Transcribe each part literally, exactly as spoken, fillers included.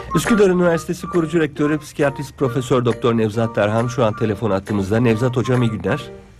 Üsküdar Üniversitesi kurucu rektörü psikiyatrist Profesör Doktor Nevzat Tarhan şu an telefon attığımızda. Nevzat hocam, iyi günler.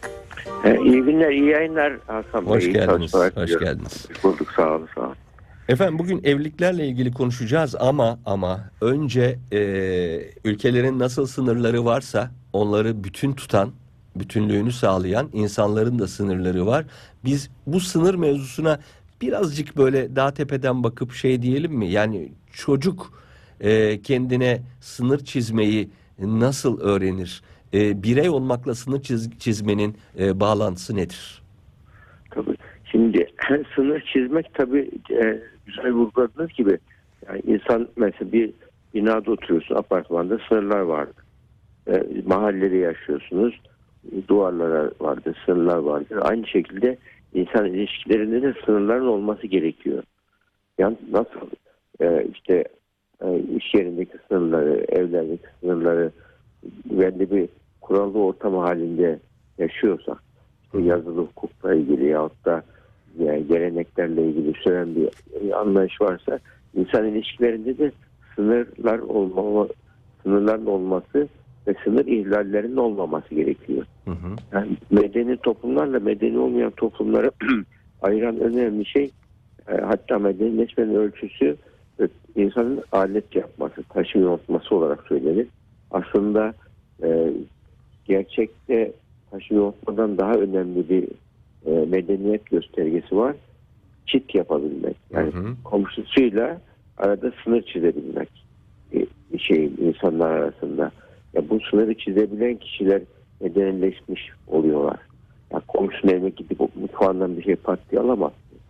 E, iyi günler, iyi yayınlar Hakan Bey. Hoş iyi geldiniz. Hoş diliyorum. geldiniz. Hoş bulduk, sağ olun, sağ olun. Efendim, bugün evliliklerle ilgili konuşacağız ama ama önce e, ülkelerin nasıl sınırları varsa onları bütün tutan, bütünlüğünü sağlayan insanların da sınırları var. Biz bu sınır mevzusuna birazcık böyle daha tepeden bakıp şey diyelim mi? Yani çocuk e, kendine sınır çizmeyi nasıl öğrenir? E, birey olmakla sınır çiz, çizmenin e, bağlantısı nedir? Tabii. Şimdi sınır çizmek tabii e, güzel vurguladığınız gibi, yani insan mesela bir binada oturuyorsun, apartmanda sınırlar vardır. E, mahallede yaşıyorsunuz, duvarlara vardır, sınırlar vardır. Aynı şekilde insan ilişkilerinde de sınırların olması gerekiyor. Yani nasıl e, işte e, iş yerindeki sınırları, evlerdeki sınırları belli bir kurallı ortam halinde yaşıyorsak, işte yazılı hukukla ilgili yahut da yani geleneklerle ilgili süren bir anlayış varsa, insan ilişkilerinde de sınırlar olma, sınırların olması ve sınır ihlallerinin olmaması gerekiyor. Hı hı. Yani medeni toplumlarla medeni olmayan toplumları ayıran önemli şey, e, hatta medenileşmenin ölçüsü e, insanın alet yapması, taşı yontması olarak söylenir. Aslında e, gerçekte taşı yontmadan daha önemli bir e, medeniyet göstergesi var. Çit yapabilmek. Yani hı hı. komşusuyla arada sınır çizebilmek. E, şey insanlar arasında. Ya bu sınırı çizebilen kişiler medenileşmiş oluyorlar. Ya komşunun evine gidip mutfağından bir şey pat diye alamaz.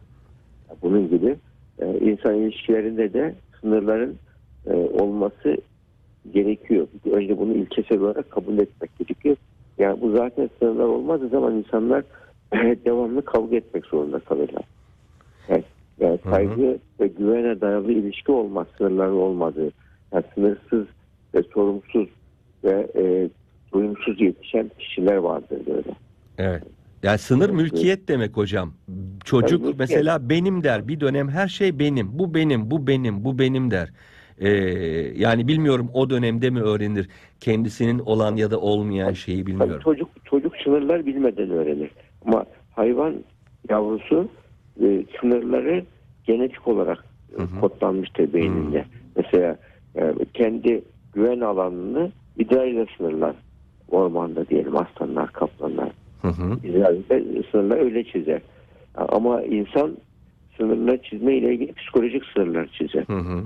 Ya bunun gibi e, insan ilişkilerinde de sınırların e, olması gerekiyor. Önce bunu ilkesel olarak kabul etmek gerekiyor. Yani bu zaten sınırlar olmadığı zaman insanlar devamlı kavga etmek zorunda kalırlar. Yani, yani saygı hı hı. ve güvene dayalı ilişki olmaz, sınırların olmadığı. Yani sınırsız ve sorumsuz ve e, duyumsuz yetişen kişiler vardır böyle. Evet. Yani sınır evet, mülkiyet evet. demek hocam. Çocuk yani mesela benim der. Bir dönem her şey benim. Bu benim, bu benim, bu benim der. Ee, yani bilmiyorum o dönemde mi öğrenir kendisinin olan ya da olmayan şeyi, bilmiyorum. Tabii çocuk çocuk sınırlar bilmeden öğrenir. Ama hayvan yavrusu e, sınırları genetik olarak hı hı. kodlanmıştır beyninde. Hı. Mesela e, kendi güven alanını idrarıyla sınırlar. Ormanda diyelim aslanlar, kaplanlar. Hı hı. İdrarıyla sınırlar öyle çizer. Ama insan sınırlar çizme ile ilgili psikolojik sınırlar çizer. Hı hı.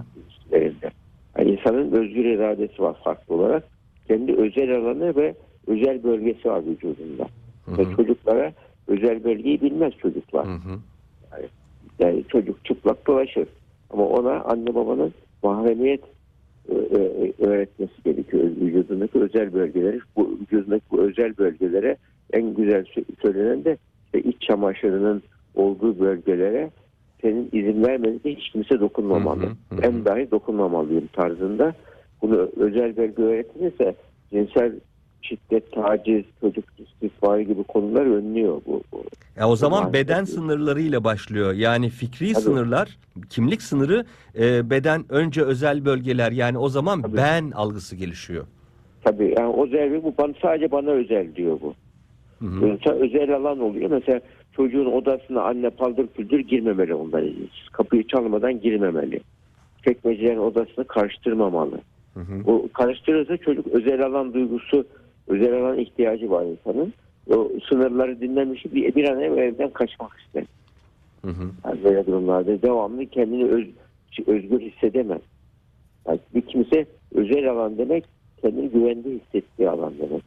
Yani insanın özgür iradesi var farklı olarak. Kendi özel alanı ve özel bölgesi var vücudunda. Hı hı. Ve çocuklara özel bölgeyi bilmez çocuklar. Hı hı. Yani, yani çocuk çıplak dolaşır. Ama ona anne babanın mahremiyet öğretmesi gerekiyor. Vücudundaki özel bölgeleri, bu vücudundaki bu özel bölgelere en güzel söylenen de işte iç çamaşırının olduğu bölgelere senin izin vermediğinde hiç kimse dokunmamalı. Hı hı, hı. En dahi dokunmamalıyım tarzında. Bunu özel bölge öğretilirse cinsel şiddet, taciz, çocuk istismarı gibi konular önlüyor bu. bu. Ya o zaman bu beden sınırlarıyla başlıyor. Yani fikri Tabii. sınırlar, kimlik sınırı, e, beden önce özel bölgeler, yani o zaman Tabii. ben algısı gelişiyor. Tabii yani özel, bu bana, sadece bana özel diyor bu. Hı hı. Özel alan oluyor. Mesela çocuğun odasına anne paldır küldür girmemeli ondan izinsiz. Kapıyı çalmadan girmemeli. Çekmecelerin odasını karıştırmamalı. Hı hı. O karıştırırsa çocuk özel alan duygusu, özel alan ihtiyacı var insanın. O sınırları dinlemiş, bir, bir an evden kaçmak ister. Hı hı. Yani böyle durumlarda devamlı kendini öz, özgür hissedemez. Yani bir kimse özel alan demek, kendini güvende hissettiği alan demek.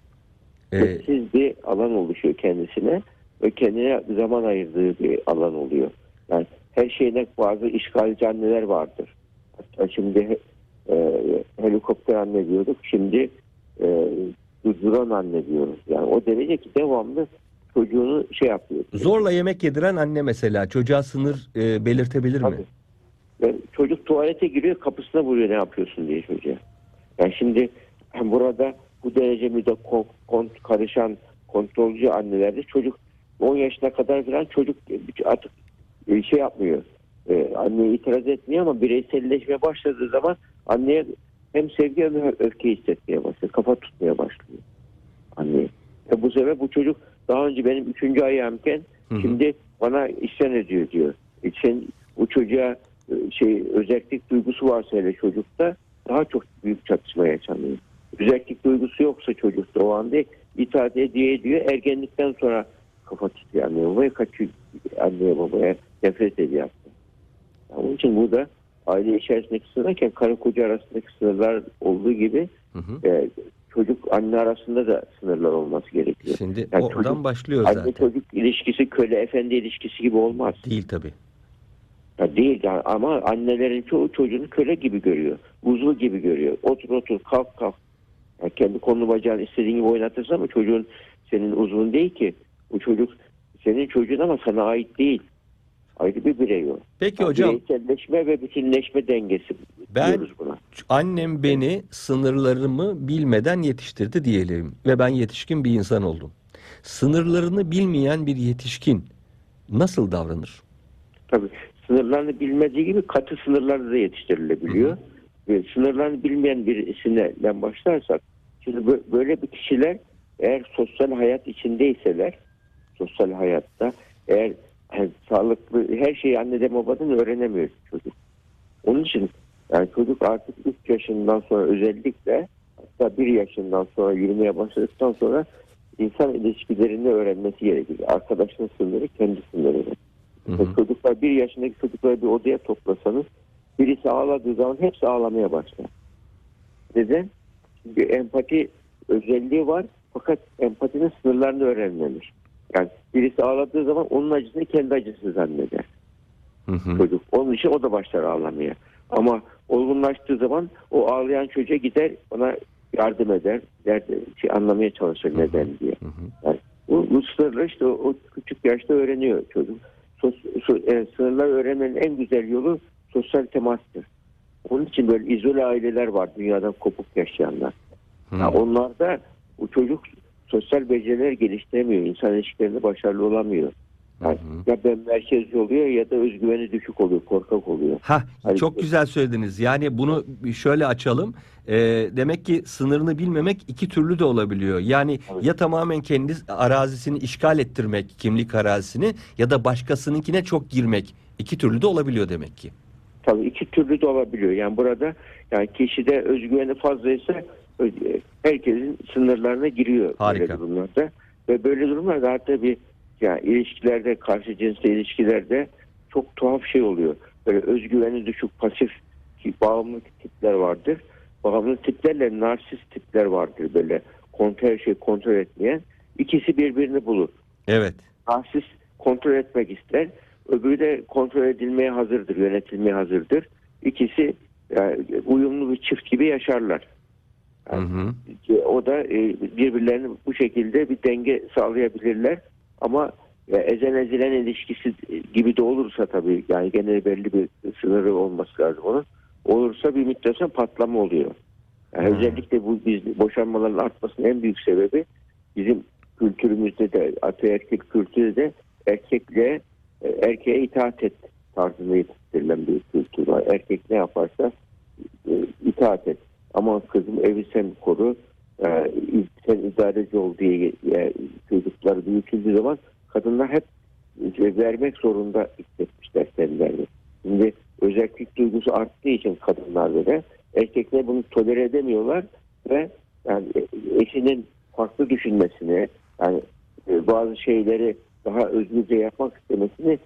Sessiz ee, bir alan oluşuyor kendisine ve kendine zaman ayırdığı bir alan oluyor. Yani her şeyine bazı işgalci anneler vardır. Hatta şimdi e, helikopter anne diyorduk, şimdi e, durduran anne diyoruz. Yani o derece ki devamlı çocuğunu şey yapıyor. Zorla yemek yediren anne mesela çocuğa sınır e, belirtebilir Tabii. mi? Yani çocuk tuvalete giriyor, kapısına vuruyor, ne yapıyorsun diye çocuğa. Yani şimdi burada bu derece müde kont karışan kontrolcü annelerde çocuk on yaşına kadar falan çocuk artık şey yapmıyor. e, anneye itiraz etmiyor ama bireyselleşmeye başladığı zaman anneye hem sevgi hem de öfke hissetmeye başlıyor. Kafa tutmaya başlıyor anneye. E bu sefer bu çocuk daha önce benim üçüncü ayağımken Hı hı. şimdi bana isyan ediyor diyor. E sen bu çocuğa e, şey özellik duygusu varsa hele çocukta daha çok büyük çatışma yaşanıyor. Özellik duygusu yoksa çocukta o anda itaat ediyor ediyor. Ergenlikten sonra kafa tutuyor anneye babaya, kaçıyor anneye babaya, nefret ediyor. Yani onun için burada aile içerisindeki sınırlarken karı koca arasındaki sınırlar olduğu gibi Hı hı. e, çocuk anne arasında da sınırlar olması gerekiyor. Şimdi Yani oradan çocuk, başlıyor anne zaten. çocuk ilişkisi köle efendi ilişkisi gibi olmaz. Değil tabii. Ya değil yani, ama annelerin çoğu çocuğunu köle gibi görüyor. Uzvu gibi görüyor. Otur otur kalk kalk. Yani kendi kolunu bacağını istediğin gibi oynatırsın ama çocuğun senin uzvun değil ki. Bu çocuk senin çocuğun ama sana ait değil. Ayrı bir birey o. Peki Yani hocam, bireyselleşme ve bütünleşme dengesi ben diyoruz buna. annem beni sınırlarımı bilmeden yetiştirdi diyelim ve ben yetişkin bir insan oldum. Sınırlarını bilmeyen bir yetişkin nasıl davranır? Tabii sınırlarını bilmediği gibi katı sınırlarda da yetiştirilebiliyor. Hı hı. Ve sınırlarını bilmeyen birisinden başlarsak, şimdi bö- böyle bir kişiler eğer sosyal hayat içindeyseler, sosyal hayatta eğer yani sağlıklı her şeyi anneden babadan öğrenemiyor çocuk. Onun için yani çocuk artık üç yaşından sonra özellikle hatta bir yaşından sonra yürümeye başladıktan sonra insan ilişkilerini öğrenmesi gerekir. Arkadaşın sınırı kendi sınırı. Hı hı. Çocuklar bir yaşındaki çocukları bir odaya toplasanız birisi ağladığı zaman hepsi ağlamaya başlar. Neden? Çünkü empati özelliği var fakat empatinin sınırlarını öğrenmemiş. Yani birisi ağladığı zaman onun acısını kendi acısı zanneder. Hı hı. Çocuk. Onun için o da başlar ağlamaya. Ama olgunlaştığı zaman o ağlayan çocuğa gider ona yardım eder. Derdi, şey, anlamaya çalışır neden diye. Hı hı. Yani bu, bu sınırları işte o, o küçük yaşta öğreniyor çocuk. Sos, so, yani sınırları öğrenmenin en güzel yolu sosyal temastır. Onun için böyle izole aileler var dünyadan kopuk yaşayanlar. Hı. Yani onlarda bu çocuk sosyal beceriler geliştiremiyor. İnsan ilişkilerinde başarılı olamıyor. Yani Hı hı. ya ben merkezci oluyor ya da özgüveni düşük oluyor, korkak oluyor. Ha, Hani- çok güzel söylediniz. Yani bunu şöyle açalım. Ee, demek ki sınırını bilmemek iki türlü de olabiliyor. Yani Evet. ya tamamen kendi arazisini işgal ettirmek, kimlik arazisini, ya da başkasınınkine çok girmek. İki türlü de olabiliyor demek ki. Tabii iki türlü de olabiliyor. Yani burada yani kişide özgüveni fazlaysa ö- herkesin sınırlarına giriyor Harika. böyle durumlarda. Ve böyle durumlarda hatta bir yani ilişkilerde, karşı cinsle ilişkilerde çok tuhaf şey oluyor. Böyle özgüveni düşük, pasif bağımlı tipler vardır. Bağımlı tiplerle narsist tipler vardır böyle. Kontrol, her şeyi kontrol etmeyen. İkisi birbirini bulur. Evet. Narsist kontrol etmek ister. Öbürü de kontrol edilmeye hazırdır, yönetilmeye hazırdır. İkisi yani, uyumlu bir çift gibi yaşarlar. Hı Yani, hı. o da e, birbirlerini bu şekilde bir denge sağlayabilirler. Ama ya, ezen ezilen ilişkisi gibi de olursa tabii yani gene belli bir sınırı olması lazım onun. Olursa bir müddet sonra patlama oluyor. Yani Hmm. özellikle bu biz boşanmaların artmasının en büyük sebebi bizim kültürümüzde de ataerkil kültürü de erkekle e, erkeğe itaat et tarzında yetiştirilen bir kültür var. Erkek ne yaparsa e, itaat et. Aman kızım evi sen koru, e, sen idareci ol diye e, çocuklar büyütüldüğü zaman kadınlar hep e, vermek zorunda hissetmişler kendilerini. Şimdi özellik duygusu arttığı için kadınlarda da erkekler bunu tolere edemiyorlar ve yani eşinin farklı düşünmesini, yani e, bazı şeyleri daha özgürce yapmak istemesini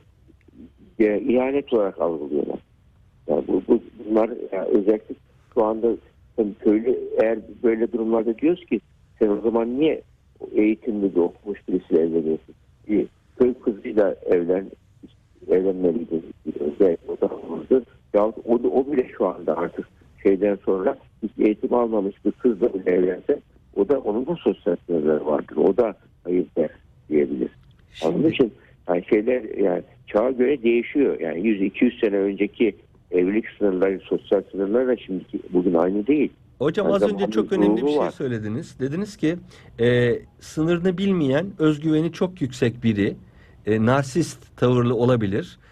e, ihanet olarak algılıyorlar. Yani bu, bu bunlar yani özellikle şu anda yani köylü eğer böyle durumlarda diyoruz ki sen o zaman niye eğitimli de okumuş birisiyle evleniyorsun? Bir köy kızıyla evlen evlenmeliydi. O da olurdu. Ya o, o bile şu anda artık şeyden sonra hiç eğitim almamış bir kızla bile evlense o da onun da sosyal sınırları vardır. O da hayır der diyebilir. Onun Şimdi, için yani şeyler yani çağa göre değişiyor. Yani yüz iki yüz sene önceki evlilik sınırları, sosyal sınırları da şimdiki bugün aynı değil. hocam Yani az önce zamanın çok önemli bir ruhu şey var. söylediniz. Dediniz ki e, sınırını bilmeyen, özgüveni çok yüksek biri e, narsist tavırlı olabilir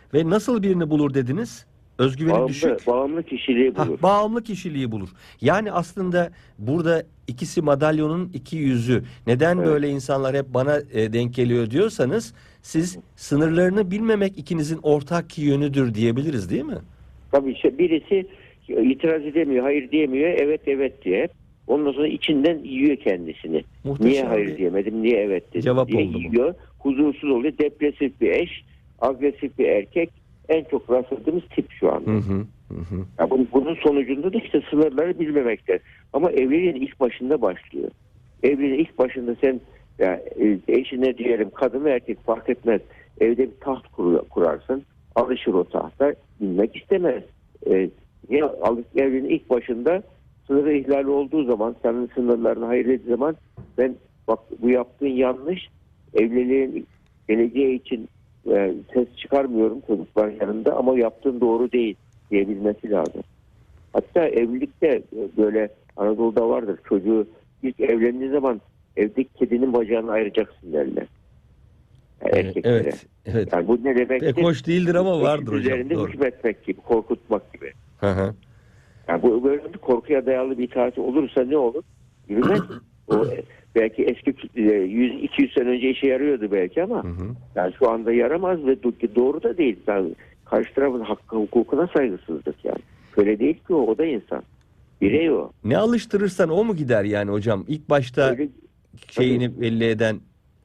Ve nasıl birini bulur dediniz? Özgüveni Bağımlı, düşük. bağımlı kişiliği Hah, bulur. bağımlı kişiliği bulur. Yani aslında burada ikisi madalyonun iki yüzü. Neden Evet. böyle insanlar hep bana e, denk geliyor diyorsanız, siz sınırlarını bilmemek ikinizin ortak yönüdür diyebiliriz, değil mi? Tabii işte birisi itiraz edemiyor, hayır diyemiyor, evet evet diye. Ondan sonra içinden yiyor kendisini. Muhteşem Niye hayır bir diyemedim, niye evet dedim cevap diye oldu bu. yiyor. Huzursuz oluyor, depresif bir eş, agresif bir erkek. En çok rastladığımız tip şu anda. Hı hı, hı hı. Ya bunun, bunun sonucunda da işte sınırları bilmemekte. Ama evliliğin ilk başında başlıyor. Evliliğin ilk başında sen ya, e, eşine diyelim kadın ve erkek fark etmez. Evde bir taht kur, kurarsın. Alışır o tahta. Bilmek istemez. E, ya, evliliğin ilk başında sınırı ihlali olduğu zaman, senin sınırlarını hayır ettiği zaman ben bak bu yaptığın yanlış, evliliğin geleceği için e, ses çıkarmıyorum çocuklar yanında ama yaptığın doğru değil diyebilmesi lazım. Hatta evlilikte böyle Anadolu'da vardır, çocuğu ilk evlendiği zaman evdeki kedinin bacağını ayıracaksın derler. Yani Ee, erkeklere. evet, evet. Yani bu ne demektir? Pek hoş değildir ama vardır hocam. Üzerinde Doğru. hükmetmek gibi, korkutmak gibi. Hı hı. Yani bu böyle bir korkuya dayalı bir itaati olursa ne olur? Yürümez. O belki eski yüz iki yüz sene önce işe yarıyordu belki ama Hı hı. yani şu anda yaramaz ve doğru da değil. Yani karşı tarafın hakkı hukukuna saygısızlık yani. Öyle değil ki o, o da insan. Birey o. Ne alıştırırsan o mu gider yani hocam? İlk başta Öyle, şeyini belli eden,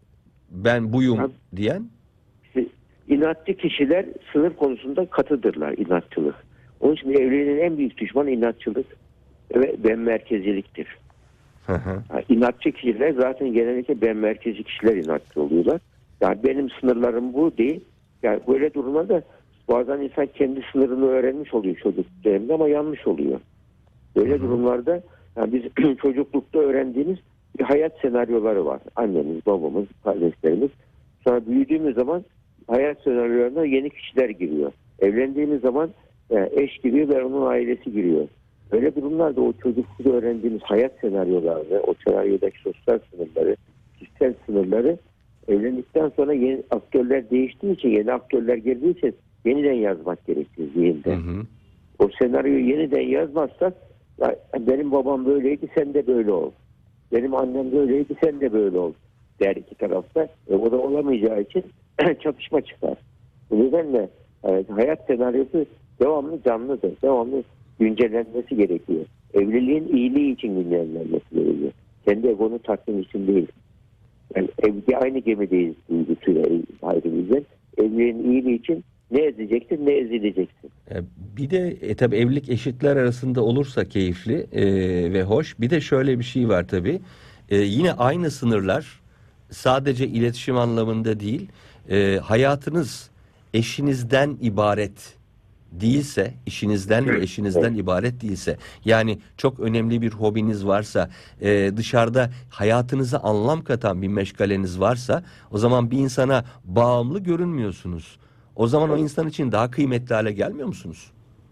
ben buyum Tabii. diyen. işte, inatçı kişiler sınır konusunda katıdırlar, inatçılık. Onun için evliliğin en büyük düşmanı inatçılık ve ben merkeziliktir. Hı hı. Yani inatçı kişiler zaten genellikle ben merkezi kişiler inatçı oluyorlar. Yani benim sınırlarım bu değil. Yani böyle durumlarda bazen insan kendi sınırını öğrenmiş oluyor çocuk döneminde ama yanlış oluyor. Böyle Hı hı. durumlarda yani biz çocuklukta öğrendiğimiz bir hayat senaryoları var. Annemiz, babamız, kardeşlerimiz. Sonra büyüdüğümüz zaman hayat senaryolarına yeni kişiler giriyor. Evlendiğimiz zaman e, eş giriyor ve onun ailesi giriyor. Böyle durumlarda o çocuklukta öğrendiğimiz hayat senaryolarını, o senaryodaki sosyal sınırları, kişisel sınırları evlendikten sonra yeni aktörler değiştiği için, yeni aktörler geldiği için yeniden yazmak gerekiyor zihinde. Hı hı. O senaryoyu yeniden yazmazsak ya benim babam böyleydi sen de böyle ol. Benim annem böyleydi sen de böyle ol der iki tarafta. E, o da olamayacağı için çatışma çıkar. Bu nedenle e, hayat senaryosu devamlı canlıdır. Devamlı güncellenmesi gerekiyor. Evliliğin iyiliği için güncellenmesi gerekiyor. Kendi egonu tatmin için değil. Yani evde aynı gemideyiz duygusuyla ayrımızda. Evliliğin iyiliği için ne ezeceksin ne ezileceksin. E, Bir de e, tabii evlilik eşitler arasında olursa keyifli e, ve hoş. Bir de şöyle bir şey var tabii. E, yine aynı sınırlar, sadece iletişim anlamında değil, e, hayatınız eşinizden ibaret değilse, işinizden ve eşinizden ibaret değilse, yani çok önemli bir hobiniz varsa, e, dışarıda hayatınıza anlam katan bir meşgaleniz varsa, o zaman bir insana bağımlı görünmüyorsunuz. O zaman o insan için daha kıymetli hale gelmiyor musunuz?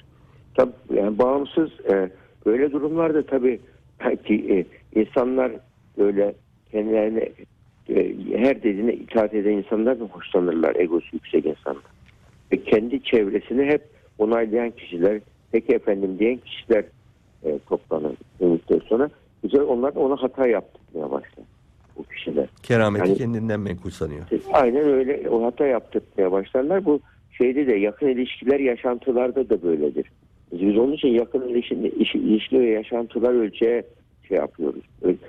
Tabii yani bağımsız e, böyle durumlarda tabii ki e, insanlar böyle kendilerine e, her dediğine itaat eden insanlardan hoşlanırlar, egosu yüksek insanlar. Ve kendi çevresini hep onaylayan kişiler, peki efendim diyen kişiler e, toplanır. Ümitten sonra güzel, onlar da ona hata yaptırmaya başlar bu kişiler. Kerameti Yani, kendinden menkul sanıyor. aynen öyle, o hata yaptırmaya başlarlar. Bu şeyde de yakın ilişkiler yaşantılarda da böyledir. Biz, biz onun için yakın ilişki, ilişki ve yaşantılar ölçeğe şey yapıyoruz.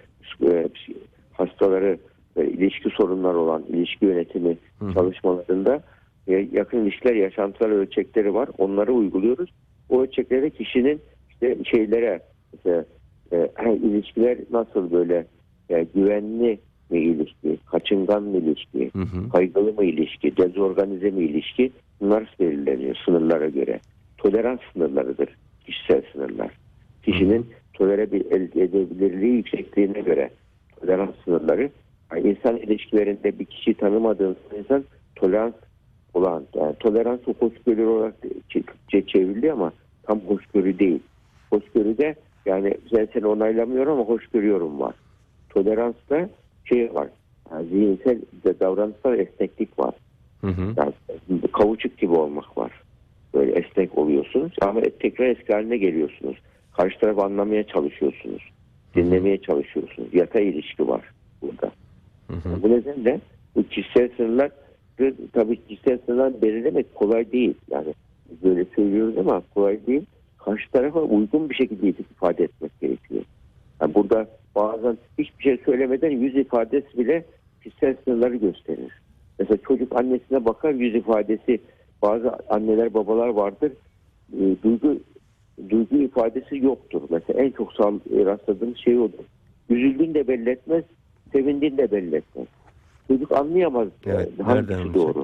E, hastaları, e, ilişki sorunları olan ilişki yönetimi Hı. çalışmalarında e, yakın ilişkiler yaşantılar ölçekleri var. Onları uyguluyoruz. O ölçeklerde kişinin işte şeylere işte, e, ilişkiler nasıl böyle e, güvenli mi ilişki, kaçıngan mı ilişki, Hı hı. kaygılı mı ilişki, dezorganize mi ilişki, bunlar belirleniyor sınırlara göre. Tolerans sınırlarıdır kişisel sınırlar. Kişinin hı hı. tolere edebilirliği yüksekliğine göre tolerans sınırları. Yani insan ilişkilerinde bir kişiyi tanımadığınız insan tolerans olan, yani tolerans hoşgörü olarak çevriliyor ama tam hoşgörü değil. Hoşgörüde yani ben seni onaylamıyorum ama hoşgörüyorum var. Toleransta şey var, yani zihinsel de davranışsal esneklik var. Hı hı. Yani kavuçuk gibi olmak var. Böyle esnek oluyorsunuz ama tekrar eski haline geliyorsunuz. Karşı tarafı anlamaya çalışıyorsunuz. Dinlemeye çalışıyorsunuz. Yatay ilişki var burada. Hı hı. Bu nedenle bu kişisel sınırlar, tabii kişisel sınırlar belirlemek kolay değil. Yani böyle söylüyoruz ama kolay değil. Karşı tarafa uygun bir şekilde ifade etmek gerekiyor. Yani burada bazen hiçbir şey söylemeden yüz ifadesi bile kişisel sınırları gösterir. Mesela çocuk annesine bakar, yüz ifadesi, bazı anneler babalar vardır, e, duygu duygu ifadesi yoktur. Mesela en çok sağ, rastladığımız şey odur. Üzüldüğünü de belli etmez, sevindiğini de belli etmez. Çocuk anlayamaz Evet, e, nereden hangisi olacak? doğru.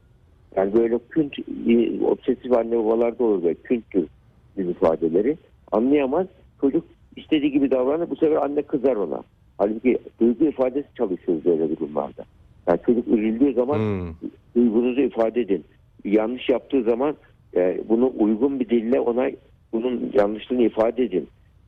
Yani böyle künt, e, obsesif anne babalarda olur böyle künttür yüz ifadeleri. Anlayamaz. Çocuk istediği gibi davranır. Bu sefer anne kızar ona. Halbuki duygu ifadesi çalışıyoruz böyle durumlarda. Yani çocuk üzüldüğü zaman Hmm. duygunuzu ifade edin. Yanlış yaptığı zaman e, bunu uygun bir dille ona bunun yanlışlığını ifade edin.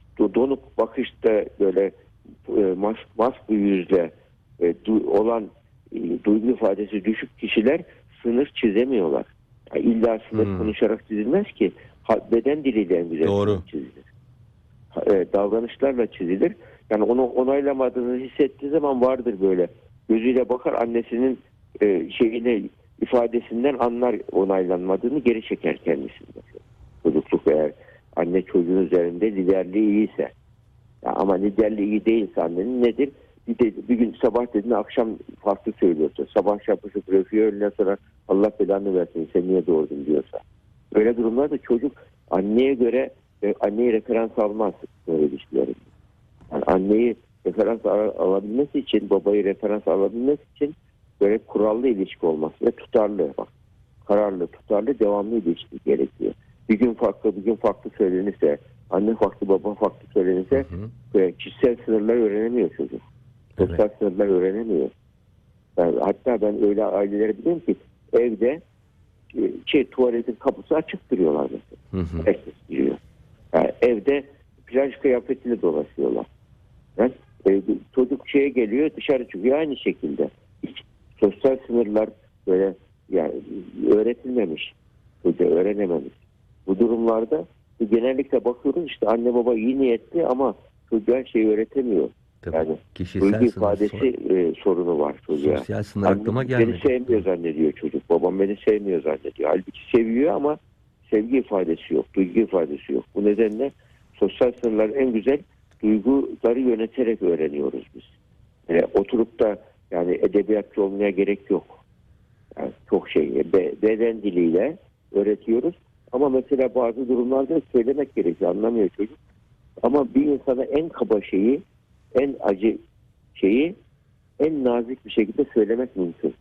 Donuk bakışta böyle e, mask, mask bir yüzle e, du- olan e, duygu ifadesi düşük kişiler sınır çizemiyorlar. Yani illa sınır Hmm. konuşarak çizilmez ki. Ha, beden diliyle en güzel Doğru. sınır çizilir. Ha, e, davranışlarla çizilir. Yani onu onaylamadığını hissettiği zaman vardır böyle. Gözüyle bakar, annesinin e, şeyini, ifadesinden anlar onaylanmadığını, geri çeker kendisinde. Çocukluk eğer anne çocuğun üzerinde liderliği iyiyse. Ya ama liderliği iyi değilse annenin nedir? Bir, de, bir gün sabah dediğinde akşam farklı söylüyorsa, sabah şapışı bırakıyor, öğleden sonra Allah belanı versin sen niye doğurdun diyorsa. Böyle durumlarda çocuk anneye göre e, anneyi referans almaz böyle ilişkilerin. Yani anneyi referans al- alabilmesi için, babayı referans alabilmesi için böyle kurallı ilişki olması ve tutarlı, bak, kararlı, tutarlı, devamlı ilişki gerekiyor. Bir gün farklı, bir gün farklı söylenirse, anne farklı, baba farklı söylenirse, Hı hı. böyle kişisel sınırlar öğrenemiyor çocuk. Sosyal Evet. sınırlar öğrenemiyor. Yani hatta ben öyle aileleri biliyorum ki evde e, şey tuvaletin kapısı açık duruyorlar mesela. Hı hı. Herkes giriyor. Yani evde plaj kıyafetiyle dolaşıyorlar. Yani, e, çocuk şeye geliyor, dışarı çıkıyor aynı şekilde. Hiç sosyal sınırlar böyle yani öğretilmemiş. Çocuğa öğrenememiş. Bu durumlarda e, genellikle bakıyoruz işte anne baba iyi niyetli ama çocuğa şey öğretemiyor. Tabii. Yani Kişisel duygu sınır, ifadesi e, sorunu var çocuğa. sosyal sınır Annem aklıma beni gelmedi. sevmiyor zannediyor çocuk. Babam beni sevmiyor zannediyor. Halbuki seviyor ama sevgi ifadesi yok. Duygu ifadesi yok. Bu nedenle sosyal sınırlar en güzel duyguları yöneterek öğreniyoruz biz. Yani oturup da yani edebiyatçı olmaya gerek yok. Yani çok şey be, beden diliyle öğretiyoruz. Ama mesela bazı durumlarda söylemek gerekiyor. Anlamıyor çocuk. Ama bir insana en kaba şeyi, en acı şeyi en nazik bir şekilde söylemek mümkün.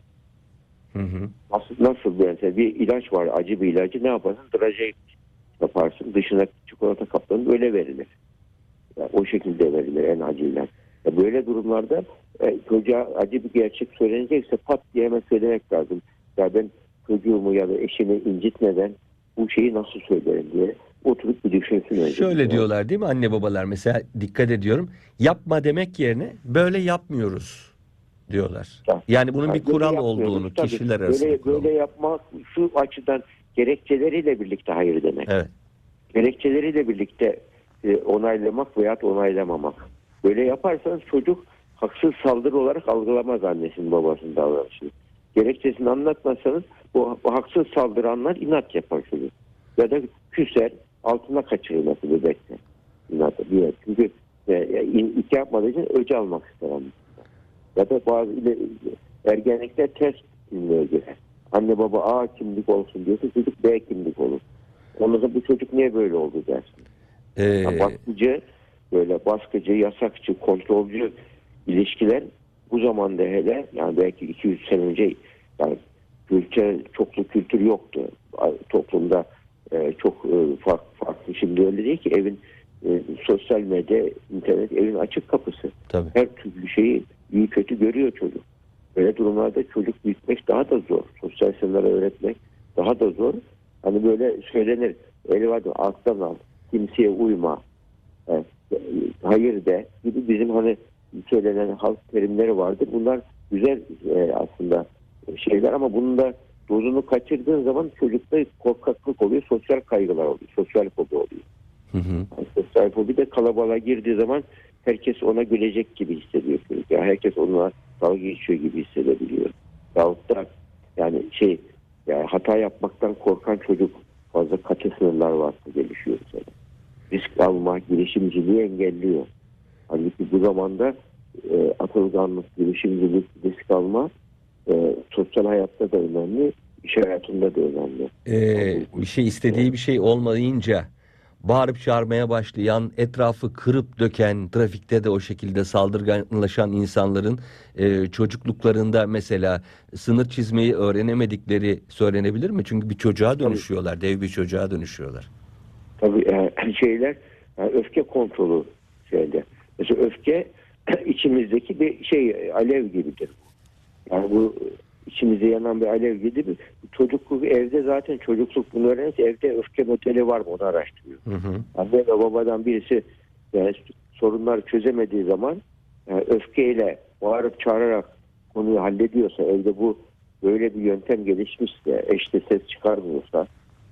Hı hı. Nasıl, nasıl mesela bir ilaç var, acı bir ilacı ne yaparsın? Draje yaparsın, dışına çikolata kaplanır, öyle verilir. Yani o şekilde verilir en acı ilaç. Ya böyle durumlarda e, çocuğa acı bir gerçek söylenecekse pat diye hemen söylemek lazım. Ya ben çocuğumu ya da eşimi incitmeden bu şeyi nasıl söylerim diye oturup bir düşünsün önce. Şöyle Yani. diyorlar değil mi anne babalar, mesela dikkat ediyorum, yapma demek yerine böyle yapmıyoruz diyorlar. Ya, Yani bunun yani bir böyle kural yapmıyoruz olduğunu, tabii. kişiler arasında Böyle kural. böyle yapmak şu açıdan gerekçeleriyle birlikte hayır demek. Evet. Gerekçeleriyle birlikte e, onaylamak veya onaylamamak. Böyle yaparsanız çocuk haksız saldırı olarak algılamaz annesinin babasının davranışını. Gerekçesini anlatmazsanız bu, bu haksız saldıranlar inat yapar çocuk. Ya da küser, altına kaçırır mesela bebekte. İnat diye. Çünkü e, iki yapmadığı için öc almak ister anne. Ya da bazı ile, ergenlikte ters kimliğe girer. Anne baba A kimlik olsun diyorsa çocuk B kimlik olur. Ondan sonra bu çocuk niye böyle oldu dersin. Ee, Yani baskıcı, böyle baskıcı, yasakçı, kontrolcü ilişkiler bu zamanda hele yani belki iki yüz sene önce yani kültür, çoklu kültür yoktu. Toplumda e, çok e, farklı, farklı. Şimdi öyle değil ki evin e, sosyal medya, internet evin açık kapısı. tabii. Her türlü şeyi iyi kötü görüyor çocuk. Böyle durumlarda çocuk büyütmek daha da zor. Sosyal sınırları öğretmek daha da zor. Hani böyle söylenir. Eli vardı alttan al. Kimseye uyma. Evet, hayır de gibi bizim hani söylenen halk terimleri vardır. Bunlar güzel e, aslında şeyler ama bunun da dozunu kaçırdığın zaman çocukta korkaklık oluyor, sosyal kaygılar oluyor, sosyal fobi oluyor. Hı hı. Yani sosyal fobi de kalabalığa girdiği zaman herkes ona gülecek gibi hissediyor çocuk. Yani herkes onunla dalga geçiyor gibi hissedebiliyor. Yahut da yani şey yani hata yapmaktan korkan çocuk fazla katı sınırlar varsa gelişiyor mesela. Risk alma, girişimciliği engelliyor. Halbuki bu zamanda e, atılganlık, girişimcilik, risk alma e, sosyal hayatta da önemli, iş hayatında da önemli. Ee, bir şey istediği bir şey olmayınca bağırıp çağırmaya başlayan, etrafı kırıp döken, trafikte de o şekilde saldırganlaşan insanların e, çocukluklarında mesela sınır çizmeyi öğrenemedikleri söylenebilir mi? Çünkü bir çocuğa dönüşüyorlar, dev bir çocuğa dönüşüyorlar. Tabii yani şeyler yani öfke kontrolü şeyde. Mesela öfke içimizdeki bir şey alev gibidir. Yani bu içimizde yanan bir alev gibidir. Çocukluk evde zaten çocukluk bunu öğrenirse evde öfke modeli var mı onu araştırıyor. Hı hı. Anne ve babadan birisi yani sorunları çözemediği zaman yani öfkeyle bağırıp çağırarak konuyu hallediyorsa evde bu böyle bir yöntem gelişmişse eşte ses çıkarmıyorsa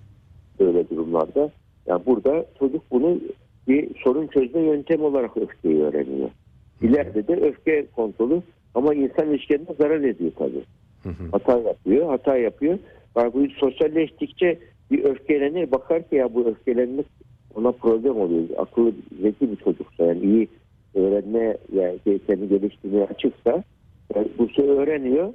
böyle durumlarda yani burada çocuk bunu bir sorun çözme yöntemi olarak öfkeyi öğreniyor. İleride de öfke kontrolü ama insan ilişkilerine zarar ediyor tabii. Hı hı. Hata yapıyor, hata yapıyor. Yani bu sosyalleştikçe bir öfkelenir bakar ki ya bu öfkelenmek ona problem oluyor. Akıllı zeki bir çocuksa yani iyi öğrenme yani kendi geliştirmeye açıksa yani bu şey öğreniyor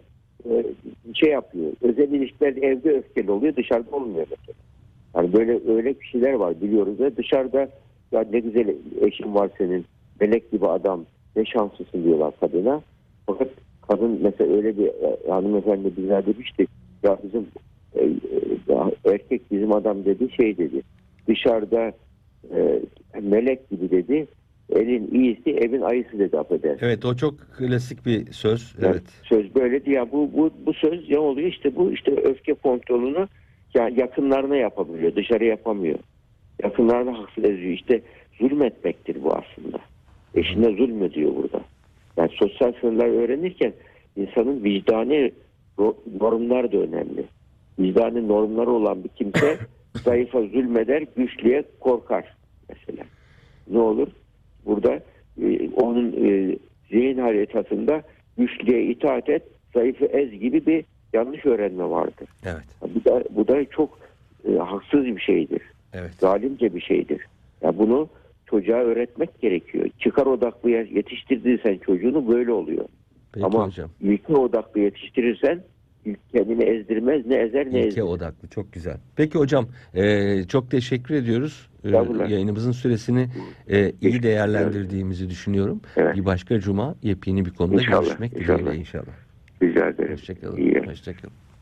şey yapıyor. Özel ilişkiler evde öfkeli oluyor dışarıda olmuyor mesela. Yani böyle öyle kişiler var biliyoruz ve dışarıda ya ne güzel eşin var senin melek gibi adam ne şanslısın diyorlar kadına. Fakat kadın mesela öyle bir e, hanımefendi bizler demiştik ya bizim e, e, erkek bizim adam dedi şey dedi dışarıda e, melek gibi dedi elin iyisi evin ayısı dedi affedersin. Evet, o çok klasik bir söz. Yani Evet. söz böyle diye bu, bu, bu söz ne oluyor işte bu işte öfke kontrolünü yani yakınlarına yapabiliyor dışarı yapamıyor. Yakınlarına haksız ediyor işte zulmetmektir bu aslında. Eşine zulmediyor burada. Yani sosyal sınırlar öğrenirken insanın vicdani normlar da önemli. Vicdani normları olan bir kimse zayıfa zulmeder, güçlüye korkar mesela. Ne olur? Burada e, onun e, zihin haritasında güçlüye itaat et, zayıfı ez gibi bir yanlış öğrenme vardır. Evet. Bu da, bu da çok e, haksız bir şeydir. Evet. Zalimce bir şeydir. Yani bunu çocuğa öğretmek gerekiyor. Çıkar odaklı yetiştirdiysen çocuğunu böyle oluyor. Peki ama hocam. ilke odaklı yetiştirirsen kendini ezdirmez ne ezer ne İlke ezdirir. odaklı. Çok güzel. Peki hocam, e, çok teşekkür ediyoruz. E, Estağfurullah. yayınımızın süresini e, iyi Geçmiş değerlendirdiğimizi düşünüyorum. Evet. Bir başka cuma yepyeni bir konuda İnşallah, görüşmek inşallah. dileğiyle inşallah. Rica ederim. Hoşçakalın. İyi. Hoşçakalın.